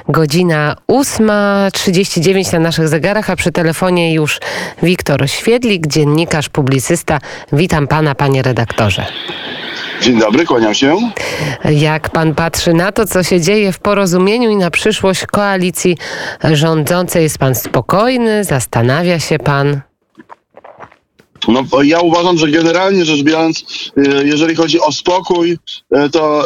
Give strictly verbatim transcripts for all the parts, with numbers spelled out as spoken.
Godzina ósma trzydzieści dziewięć na naszych zegarach, a przy telefonie już Wiktor Świetlik, dziennikarz, publicysta. Witam pana, panie redaktorze. Dzień dobry, kłaniam się. Jak pan patrzy na to, co się dzieje w Porozumieniu i na przyszłość koalicji rządzącej? Jest pan spokojny? Zastanawia się pan? No, ja uważam, że generalnie rzecz biorąc, jeżeli chodzi o spokój, to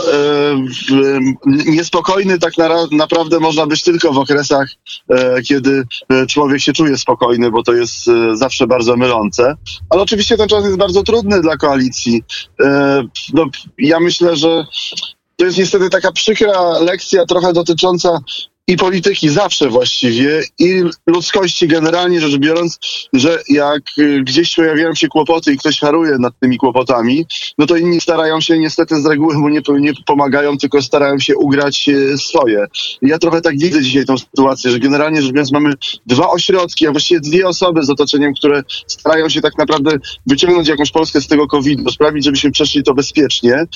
niespokojny tak na, naprawdę można być tylko w okresach, kiedy człowiek się czuje spokojny, bo to jest zawsze bardzo mylące. Ale oczywiście ten czas jest bardzo trudny dla koalicji. No, ja myślę, że to jest niestety taka przykra lekcja trochę dotycząca i polityki zawsze właściwie, i ludzkości generalnie rzecz biorąc, że jak gdzieś pojawiają się kłopoty i ktoś haruje nad tymi kłopotami, no to inni starają się niestety z reguły mu nie, nie pomagają, tylko starają się ugrać swoje. Ja trochę tak widzę dzisiaj tą sytuację, że generalnie rzecz biorąc mamy dwa ośrodki, a właściwie dwie osoby z otoczeniem, które starają się tak naprawdę wyciągnąć jakąś Polskę z tego kowida, sprawić, żebyśmy przeszli to bezpiecznie e,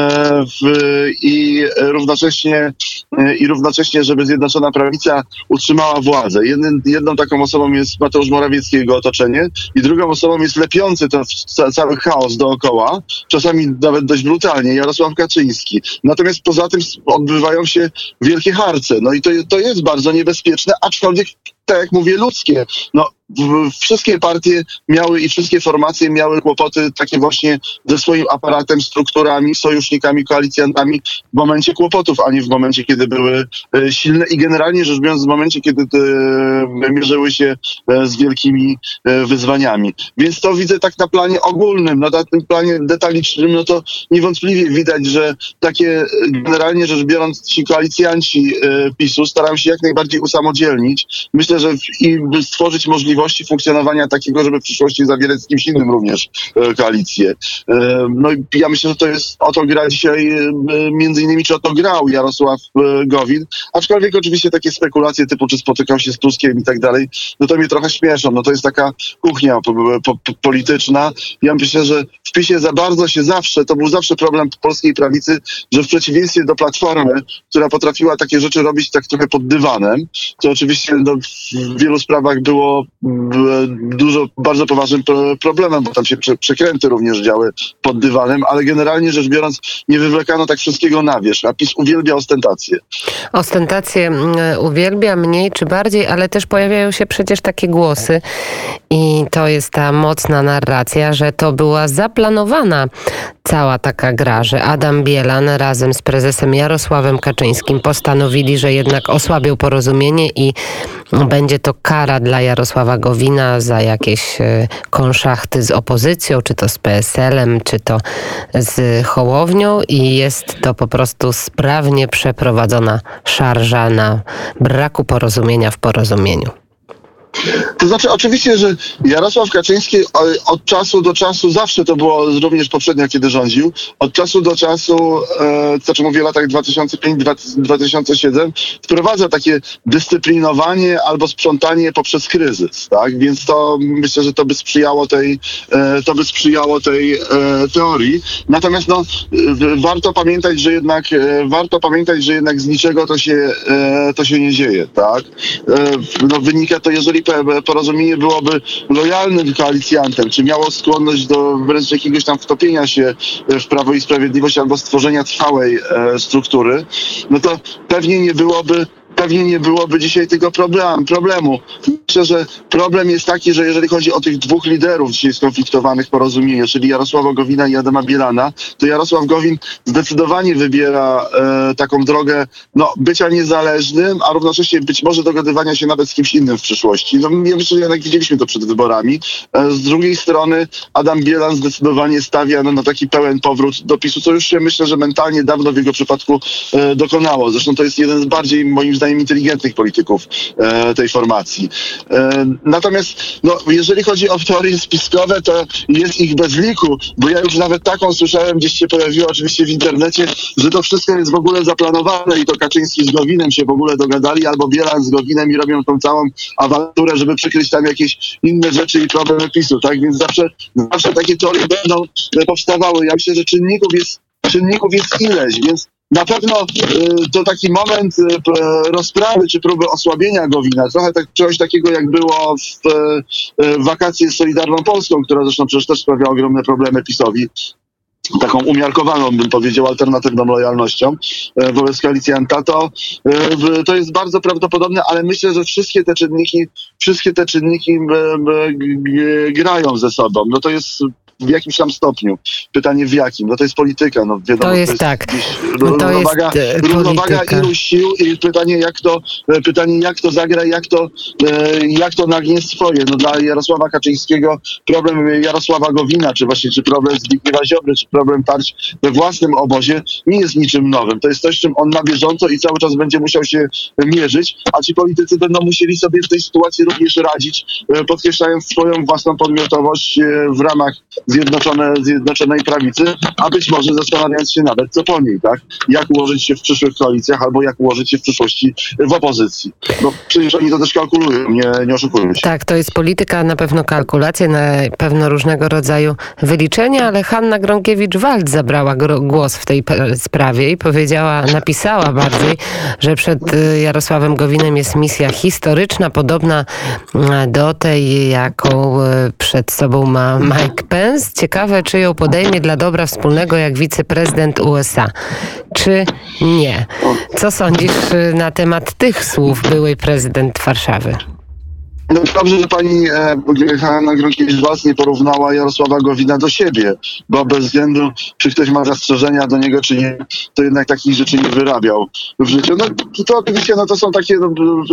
w, i równocześnie e, i równocześnie, żeby Zjednoczona Prawica utrzymała władzę. Jednym, jedną taką osobą jest Mateusz Morawiecki i jego otoczenie i drugą osobą jest lepiący to ca, cały chaos dookoła, czasami nawet dość brutalnie, Jarosław Kaczyński. Natomiast poza tym odbywają się wielkie harce. No i to, to jest bardzo niebezpieczne, aczkolwiek tak jak mówię, ludzkie. No, wszystkie partie miały i wszystkie formacje miały kłopoty takie właśnie ze swoim aparatem, strukturami, sojusznikami, koalicjantami w momencie kłopotów, a nie w momencie, kiedy były silne i generalnie rzecz biorąc w momencie, kiedy te mierzyły się z wielkimi wyzwaniami. Więc to widzę tak na planie ogólnym. No, na tym planie detalicznym, no to niewątpliwie widać, że takie generalnie rzecz biorąc ci koalicjanci PiSu starają się jak najbardziej usamodzielnić. Myślę, że i stworzyć możliwości funkcjonowania takiego, żeby w przyszłości zawierać z kimś innym również e, koalicję. E, no i ja myślę, że to jest o to gra dzisiaj, e, między innymi czy o to grał Jarosław e, Gowin, aczkolwiek oczywiście takie spekulacje typu czy spotykał się z Tuskiem i tak dalej, no to mnie trochę śmieszą. No to jest taka kuchnia po, po, po, polityczna. Ja myślę, że w PiSie za bardzo się zawsze, to był zawsze problem polskiej prawicy, że w przeciwieństwie do Platformy, która potrafiła takie rzeczy robić tak trochę pod dywanem, to oczywiście no, w wielu sprawach było dużo, bardzo poważnym problemem, bo tam się przekręty również działy pod dywanem, ale generalnie rzecz biorąc nie wywlekano tak wszystkiego na wierzch, a PiS uwielbia ostentację. Ostentację uwielbia mniej czy bardziej, ale też pojawiają się przecież takie głosy i to jest ta mocna narracja, że to była zaplanowana cała taka gra, że Adam Bielan razem z prezesem Jarosławem Kaczyńskim postanowili, że jednak osłabią Porozumienie i będzie to kara dla Jarosława Gowina za jakieś konszachty z opozycją, czy to z P S L-em, czy to z Hołownią i jest to po prostu sprawnie przeprowadzona szarża na braku porozumienia w porozumieniu. To znaczy oczywiście, że Jarosław Kaczyński od czasu do czasu, zawsze to było również poprzednio, kiedy rządził, od czasu do czasu, e, znaczy mówię o latach dwa tysiące piąty do dwa tysiące siódmego, wprowadza takie dyscyplinowanie albo sprzątanie poprzez kryzys, tak? Więc to myślę, że to by sprzyjało tej, e, to by sprzyjało tej e, teorii. Natomiast no, warto pamiętać, że jednak e, warto pamiętać, że jednak z niczego to się, e, to się nie dzieje, tak? E, no, wynika to, jeżeli Porozumienie byłoby lojalnym koalicjantem, czy miało skłonność do wręcz jakiegoś tam wtopienia się w Prawo i Sprawiedliwość albo stworzenia trwałej e, struktury, no to pewnie nie byłoby Pewnie nie byłoby dzisiaj tego problem, problemu. Myślę, że problem jest taki, że jeżeli chodzi o tych dwóch liderów dzisiaj skonfliktowanych w Porozumieniu, czyli Jarosława Gowina i Adama Bielana, to Jarosław Gowin zdecydowanie wybiera e, taką drogę no, bycia niezależnym, a równocześnie być może dogadywania się nawet z kimś innym w przyszłości. No, ja myślę, że jednak widzieliśmy to przed wyborami. E, z drugiej strony Adam Bielan zdecydowanie stawia no, na taki pełen powrót do PiSu, co już się myślę, że mentalnie dawno w jego przypadku e, dokonało. Zresztą to jest jeden z bardziej, moim zdaniem, inteligentnych polityków e, tej formacji. E, natomiast no, jeżeli chodzi o teorie spiskowe, to jest ich bez liku, bo ja już nawet taką słyszałem, gdzieś się pojawiło oczywiście w internecie, że to wszystko jest w ogóle zaplanowane i to Kaczyński z Gowinem się w ogóle dogadali, albo Bielan z Gowinem i robią tą całą awanturę, żeby przykryć tam jakieś inne rzeczy i problemy PiSu, tak? Więc zawsze, zawsze takie teorie będą powstawały. Ja myślę, że czynników jest czynników jest ileś, więc Na pewno y, to taki moment y, rozprawy czy próby osłabienia Gowina, trochę tak, czegoś takiego jak było w y, wakacje z Solidarną Polską, która zresztą przecież też sprawia ogromne problemy PiS-owi. Taką umiarkowaną, bym powiedział, alternatywną lojalnością e, wobec koalicjanta, to, e, to jest bardzo prawdopodobne, ale myślę, że wszystkie te czynniki, wszystkie te czynniki e, e, g, grają ze sobą. No to jest w jakimś tam stopniu. Pytanie w jakim? No to jest polityka. No wiadomo, to jest to jest tak. Równowaga, to jest równowaga ilu sił i pytanie jak to, pytanie jak to zagra, jak to, jak to nagnie swoje. No dla Jarosława Kaczyńskiego problem Jarosława Gowina, czy właśnie czy problem Zbigniewa Ziobry, czy problem tarć we własnym obozie nie jest niczym nowym. To jest coś, czym on na bieżąco i cały czas będzie musiał się mierzyć, a ci politycy będą musieli sobie w tej sytuacji również radzić, podkreślając swoją własną podmiotowość w ramach Zjednoczone, Zjednoczonej Prawicy, a być może zastanawiając się nawet co po niej, tak? Jak ułożyć się w przyszłych koalicjach albo jak ułożyć się w przyszłości w opozycji. Bo przecież oni to też kalkulują, nie, nie oszukujmy się. Tak, to jest polityka, na pewno kalkulacje, na pewno różnego rodzaju wyliczenia, ale Hanna Gronkiewicz-Waltz zabrała głos w tej sprawie i powiedziała, napisała bardziej, że przed Jarosławem Gowinem jest misja historyczna, podobna do tej, jaką przed sobą ma Mike Pence. Ciekawe, czy ją podejmie dla dobra wspólnego jak wiceprezydent U S A, czy nie. Co sądzisz na temat tych słów byłej prezydent Warszawy? No dobrze, że pani e, Hanna Gronkiewicz-Waltz nie porównała Jarosława Gowina do siebie, bo bez względu, czy ktoś ma zastrzeżenia do niego, czy nie, to jednak takich rzeczy nie wyrabiał w życiu. No to oczywiście no, to są takie, no,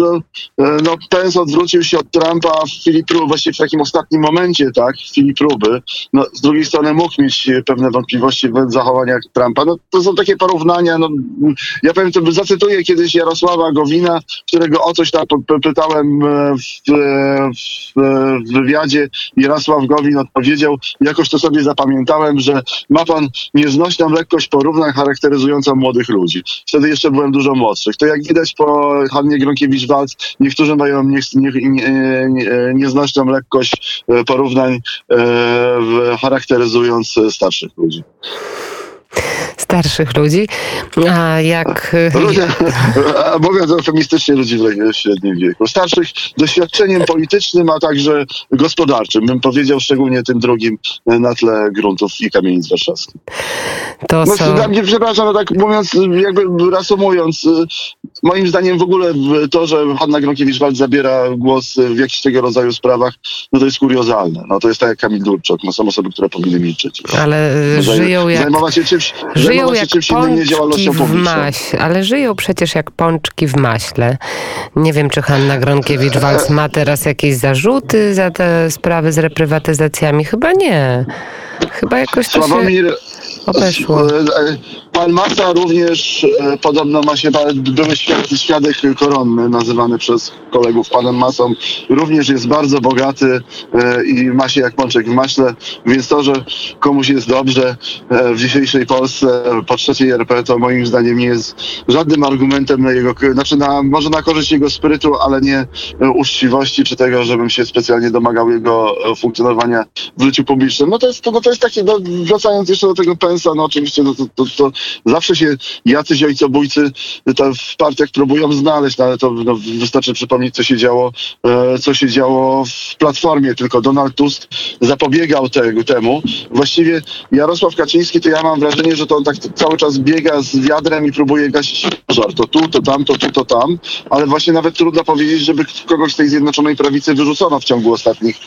no Pence odwrócił się od Trumpa w chwili próby, właściwie w takim ostatnim momencie, tak, w chwili próby. No z drugiej strony mógł mieć pewne wątpliwości w zachowaniach Trumpa. No to są takie porównania, no ja powiem, to zacytuję kiedyś Jarosława Gowina, którego o coś tam pytałem w W, w wywiadzie. Jarosław Gowin odpowiedział, jakoś to sobie zapamiętałem, że ma pan nieznośną lekkość porównań charakteryzującą młodych ludzi. Wtedy jeszcze byłem dużo młodszych. To jak widać po Hannie Gronkiewicz-Waltz, niektórzy mają nie, nie, nie, nie, nieznośną lekkość porównań e, charakteryzując starszych ludzi. Starszych ludzi, a jak... Ludzie, a mówiąc eufemistycznie, ludzi w średnim wieku. Starszych doświadczeniem politycznym, a także gospodarczym. Bym powiedział szczególnie tym drugim na tle gruntów i kamienic warszawskich. To no, są... Dla mnie, przepraszam, no tak mówiąc, jakby reasumując, moim zdaniem w ogóle to, że Hanna Gronkiewicz-Waltz zabiera głos w jakichś tego rodzaju sprawach, no to jest kuriozalne. No to jest tak jak Kamil Durczok. No są osoby, które powinny milczeć. Ale żyją jak... Zajmować się czymś... Żyją jak pączki w maśle, ale żyją przecież jak pączki w maśle. Nie wiem, czy Hanna Gronkiewicz-Waltz ma teraz jakieś zarzuty za te sprawy z reprywatyzacjami. Chyba nie. Chyba jakoś to się obeszło. Pan Masa również e, podobno ma się, były świadek, świadek koronny, nazywany przez kolegów panem Masą, również jest bardzo bogaty e, i ma się jak pączek w maśle, więc to, że komuś jest dobrze e, w dzisiejszej Polsce po trzeciej R P, to moim zdaniem nie jest żadnym argumentem na jego, znaczy na, może na korzyść jego sprytu, ale nie e, uczciwości, czy tego, żebym się specjalnie domagał jego e, funkcjonowania w życiu publicznym. No to jest, to, no to jest takie, no, wracając jeszcze do tego Pence'a, no oczywiście no, to, to, to zawsze się jacyś ojcobójcy to w partiach próbują znaleźć, no ale to no, wystarczy przypomnieć, co się działo, e, co się działo w Platformie. Tylko Donald Tusk zapobiegał tego, temu. Właściwie Jarosław Kaczyński, to ja mam wrażenie, że to on tak cały czas biega z wiadrem i próbuje gasić pożar. To tu, to tam, to tu, to tam. Ale właśnie nawet trudno powiedzieć, żeby kogoś z tej Zjednoczonej Prawicy wyrzucono w ciągu ostatnich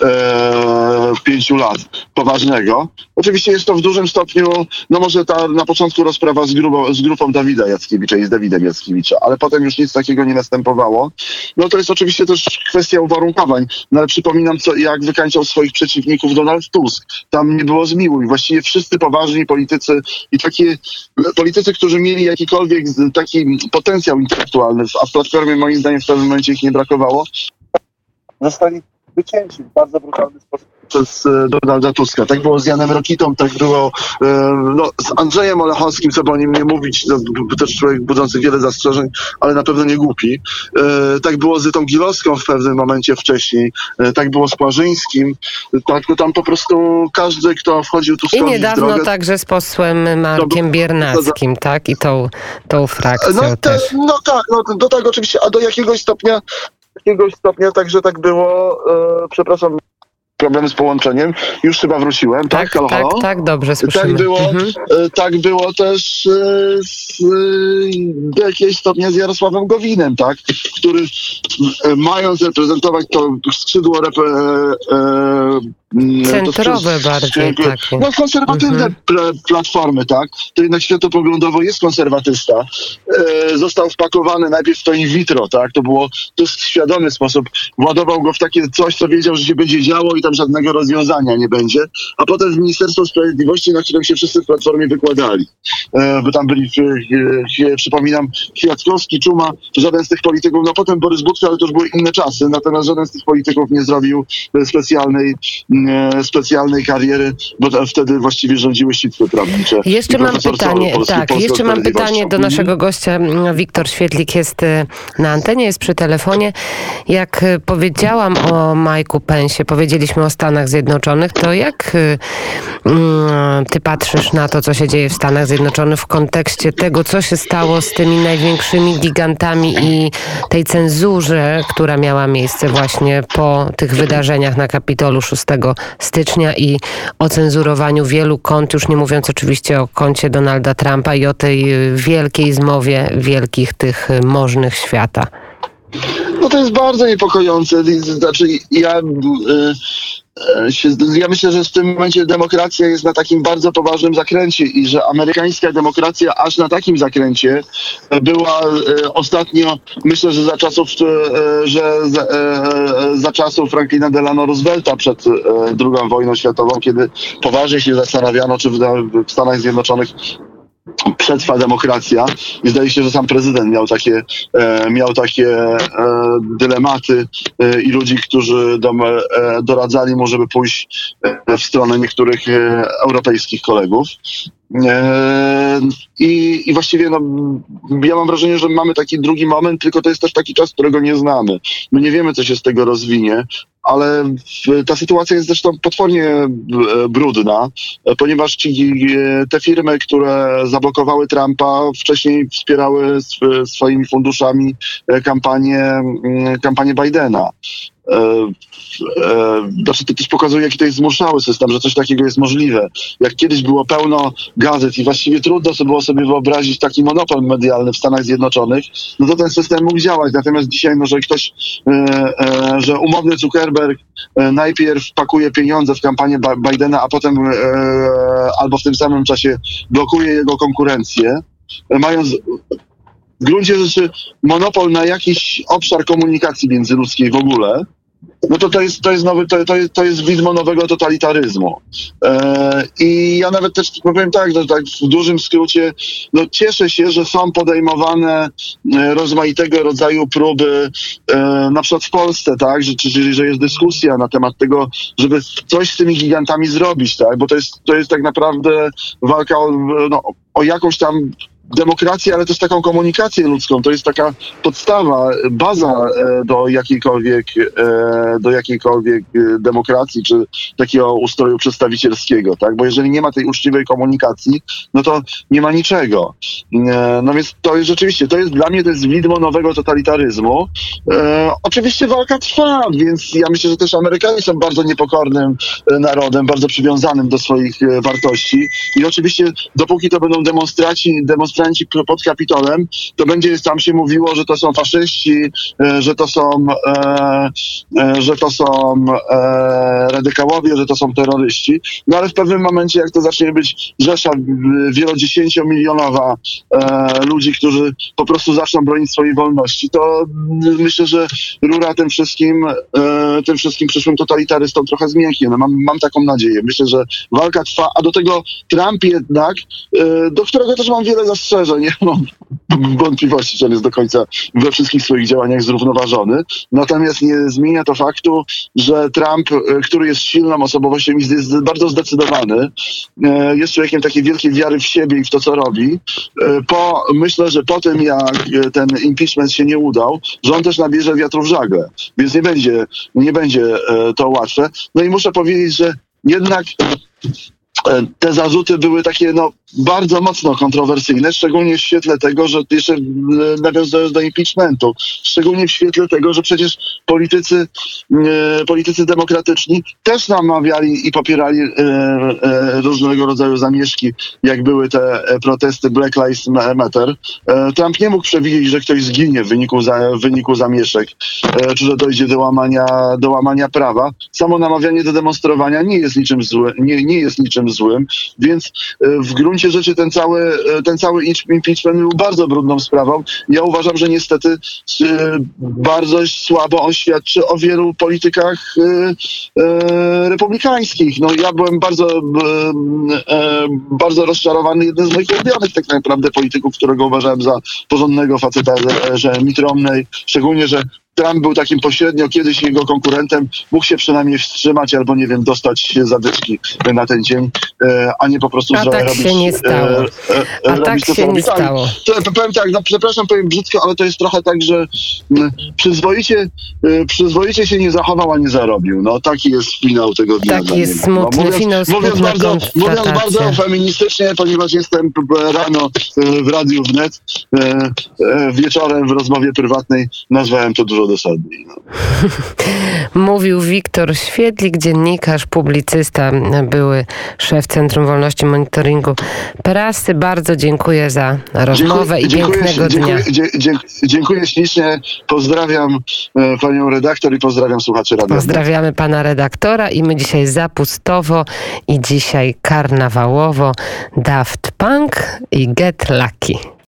e, pięciu lat. Poważnego. Oczywiście jest to w dużym stopniu, no może ta na początku rozprawa z, grubo, z grupą Dawida Jackiewicza i z Dawidem Jackiewicza, ale potem już nic takiego nie następowało. No to jest oczywiście też kwestia uwarunkowań, no ale przypominam, co, jak wykańczał swoich przeciwników Donald Tusk. Tam nie było zmiłuj. Właściwie wszyscy poważni politycy i takie politycy, którzy mieli jakikolwiek taki potencjał intelektualny, a w Platformie moim zdaniem w pewnym momencie ich nie brakowało, zostali wycięci w bardzo brutalny sposób. przez Donalda Tuska. Tak było z Janem Rokitą, tak było no, z Andrzejem Olechowskim, co by o nim nie mówić, no, też człowiek budzący wiele zastrzeżeń, ale na pewno nie głupi. Tak było z Zytą Gilowską w pewnym momencie wcześniej, tak było z Płażyńskim, tak, tam po prostu każdy, kto wchodził Tuskowi I niedawno w drogę, także z posłem Markiem Biernackim, tak? I tą, tą frakcją no, te, też. no tak, no, do tak oczywiście, a do jakiegoś stopnia, jakiegoś stopnia także tak było, e, przepraszam, problemy z połączeniem. Już chyba wróciłem, tak? Tak, Halo, tak, halo? tak, dobrze słyszymy. Tak było, mhm. e, tak było też e, z, e, do jakiegoś stopnia z Jarosławem Gowinem, tak? Który e, mając reprezentować to skrzydło rep, e, e, centrowe to, bardziej takie. No konserwatywne mhm. pl- platformy, tak? To jednak światopoglądowo jest konserwatysta. E, został wpakowany najpierw w to in vitro, tak? To było to w świadomy sposób. Władował go w takie coś, co wiedział, że się będzie działo i tam żadnego rozwiązania nie będzie. A potem w Ministerstwo Sprawiedliwości, na którym się wszyscy w Platformie wykładali. E, bo tam byli, e, e, przypominam, Kwiatkowski, Czuma, żaden z tych polityków, no potem Borys Budka, ale to już były inne czasy, natomiast żaden z tych polityków nie zrobił specjalnej, e, specjalnej kariery, bo to, wtedy właściwie rządziły sitwy prawnicze. Jeszcze mam pytanie, Polski, tak, jeszcze mam pytanie do naszego gościa. Wiktor Świetlik jest na antenie, jest przy telefonie. Jak powiedziałam o Mike'u Pence'ie, powiedzieliśmy o Stanach Zjednoczonych, to jak ty patrzysz na to, co się dzieje w Stanach Zjednoczonych w kontekście tego, co się stało z tymi największymi gigantami i tej cenzurze, która miała miejsce właśnie po tych wydarzeniach na Kapitolu szóstego stycznia i ocenzurowaniu wielu kont, już nie mówiąc oczywiście o koncie Donalda Trumpa i o tej wielkiej zmowie wielkich tych możnych świata? No to jest bardzo niepokojące. Znaczy ja... Yy... Ja myślę, że w tym momencie demokracja jest na takim bardzo poważnym zakręcie i że amerykańska demokracja aż na takim zakręcie była ostatnio, myślę, że za czasów, że za, za czasów Franklina Delano Roosevelta przed drugą wojną światową, kiedy poważnie się zastanawiano, czy w Stanach Zjednoczonych przetrwa demokracja i zdaje się, że sam prezydent miał takie, e, miał takie e, dylematy e, i ludzi, którzy do, e, doradzali mu, żeby pójść e, w stronę niektórych e, europejskich kolegów. E, i, I właściwie no, ja mam wrażenie, że mamy taki drugi moment, tylko to jest też taki czas, którego nie znamy. My nie wiemy, co się z tego rozwinie, ale w, ta sytuacja jest zresztą potwornie e, brudna, e, ponieważ ci, e, te firmy, które zablokowały Trumpa, wcześniej wspierały sw, swoimi funduszami e, kampanię, e, kampanię Bidena. E, e, znaczy to też pokazuje, jaki to jest zmuszały system, że coś takiego jest możliwe. Jak kiedyś było pełno gazet i właściwie trudno sobie było sobie wyobrazić taki monopol medialny w Stanach Zjednoczonych, no to ten system mógł działać. Natomiast dzisiaj może ktoś, e, e, że umowny Zuckerberg e, najpierw pakuje pieniądze w kampanię ba- Bidena, a potem e, albo w tym samym czasie blokuje jego konkurencję, e, mając w gruncie rzeczy monopol na jakiś obszar komunikacji międzyludzkiej w ogóle, no to to jest, to jest, nowy, to, to jest, to jest widmo nowego totalitaryzmu. E, I ja nawet też powiem tak, że tak w dużym skrócie, no cieszę się, że są podejmowane e, rozmaitego rodzaju próby, e, na przykład w Polsce, tak, że, czyli, że jest dyskusja na temat tego, żeby coś z tymi gigantami zrobić, tak, bo to jest, to jest tak naprawdę walka o, no, o jakąś tam demokrację, ale też taką komunikację ludzką. To jest taka podstawa, baza do jakiejkolwiek, do jakiejkolwiek demokracji, czy takiego ustroju przedstawicielskiego, tak? Bo jeżeli nie ma tej uczciwej komunikacji, no to nie ma niczego. No więc to jest rzeczywiście, to jest dla mnie to jest widmo nowego totalitaryzmu. E, oczywiście walka trwa, więc ja myślę, że też Amerykanie są bardzo niepokornym narodem, bardzo przywiązanym do swoich wartości i oczywiście dopóki to będą demonstraci, demonstraci pod Kapitolem, to będzie tam się mówiło, że to są faszyści, że to są, e, że to są e, radykałowie, że to są terroryści. No ale w pewnym momencie, jak to zacznie być rzesza wielodziesięciomilionowa e, ludzi, którzy po prostu zaczną bronić swojej wolności, to myślę, że rura tym wszystkim, e, tym wszystkim przyszłym totalitarzystom trochę zmięknie. No, mam, mam taką nadzieję. Myślę, że walka trwa, a do tego Trump jednak, e, do którego też mam wiele zastrzeżeń, szczerze, nie mam wątpliwości, że on jest do końca we wszystkich swoich działaniach zrównoważony. Natomiast nie zmienia to faktu, że Trump, który jest silną osobowością i jest bardzo zdecydowany, jest człowiekiem takiej wielkiej wiary w siebie i w to, co robi. Po, myślę, że po tym, jak ten impeachment się nie udał, że on też nabierze wiatru w żagle. Więc nie będzie, nie będzie to łatwe. No i muszę powiedzieć, że jednak te zarzuty były takie no, bardzo mocno kontrowersyjne, szczególnie w świetle tego, że jeszcze nawiązując do impeachmentu, szczególnie w świetle tego, że przecież politycy, e, politycy demokratyczni też namawiali i popierali e, e, różnego rodzaju zamieszki, jak były te protesty Black Lives Matter. E, Trump nie mógł przewidzieć, że ktoś zginie w wyniku, za, w wyniku zamieszek, e, czy że dojdzie do łamania, do łamania prawa. Samo namawianie do demonstrowania nie jest niczym złe, nie, nie jest niczym złym, więc w gruncie rzeczy ten cały, ten cały impeachment był bardzo brudną sprawą. Ja uważam, że niestety bardzo słabo on świadczy o wielu politykach republikańskich. No ja byłem bardzo bardzo rozczarowany, jeden z moich ulubionych tak naprawdę polityków, którego uważałem za porządnego faceta, że Mitt Romney, szczególnie, że Trump był takim pośrednio kiedyś jego konkurentem, mógł się przynajmniej wstrzymać albo, nie wiem, dostać zadyszki na ten dzień, a nie po prostu a tak robić... się nie stało. A robić tak to, się nie tak, stało. To, powiem tak, no przepraszam, powiem brzydko, ale to jest trochę tak, że m, przyzwoicie, y, przyzwoicie się nie zachował, a nie zarobił. No taki jest finał tego dnia. Taki jest smutny no, mówiąc, finał, mówiąc bardzo, mówiąc bardzo feministycznie, ponieważ jestem rano y, w Radiu Wnet, y, y, wieczorem w rozmowie prywatnej nazwałem to dużo dosadniej. No. Mówił Wiktor Świetlik, dziennikarz, publicysta, były szef Centrum Wolności Monitoringu Prasy. Bardzo dziękuję za rozmowę dziękuję, i pięknego dziękuję, dnia. Dziękuję, dziękuję ślicznie. Pozdrawiam e, panią redaktor i pozdrawiam słuchaczy Radia. Pozdrawiamy pana redaktora i my dzisiaj zapustowo i dzisiaj karnawałowo Daft Punk i Get Lucky.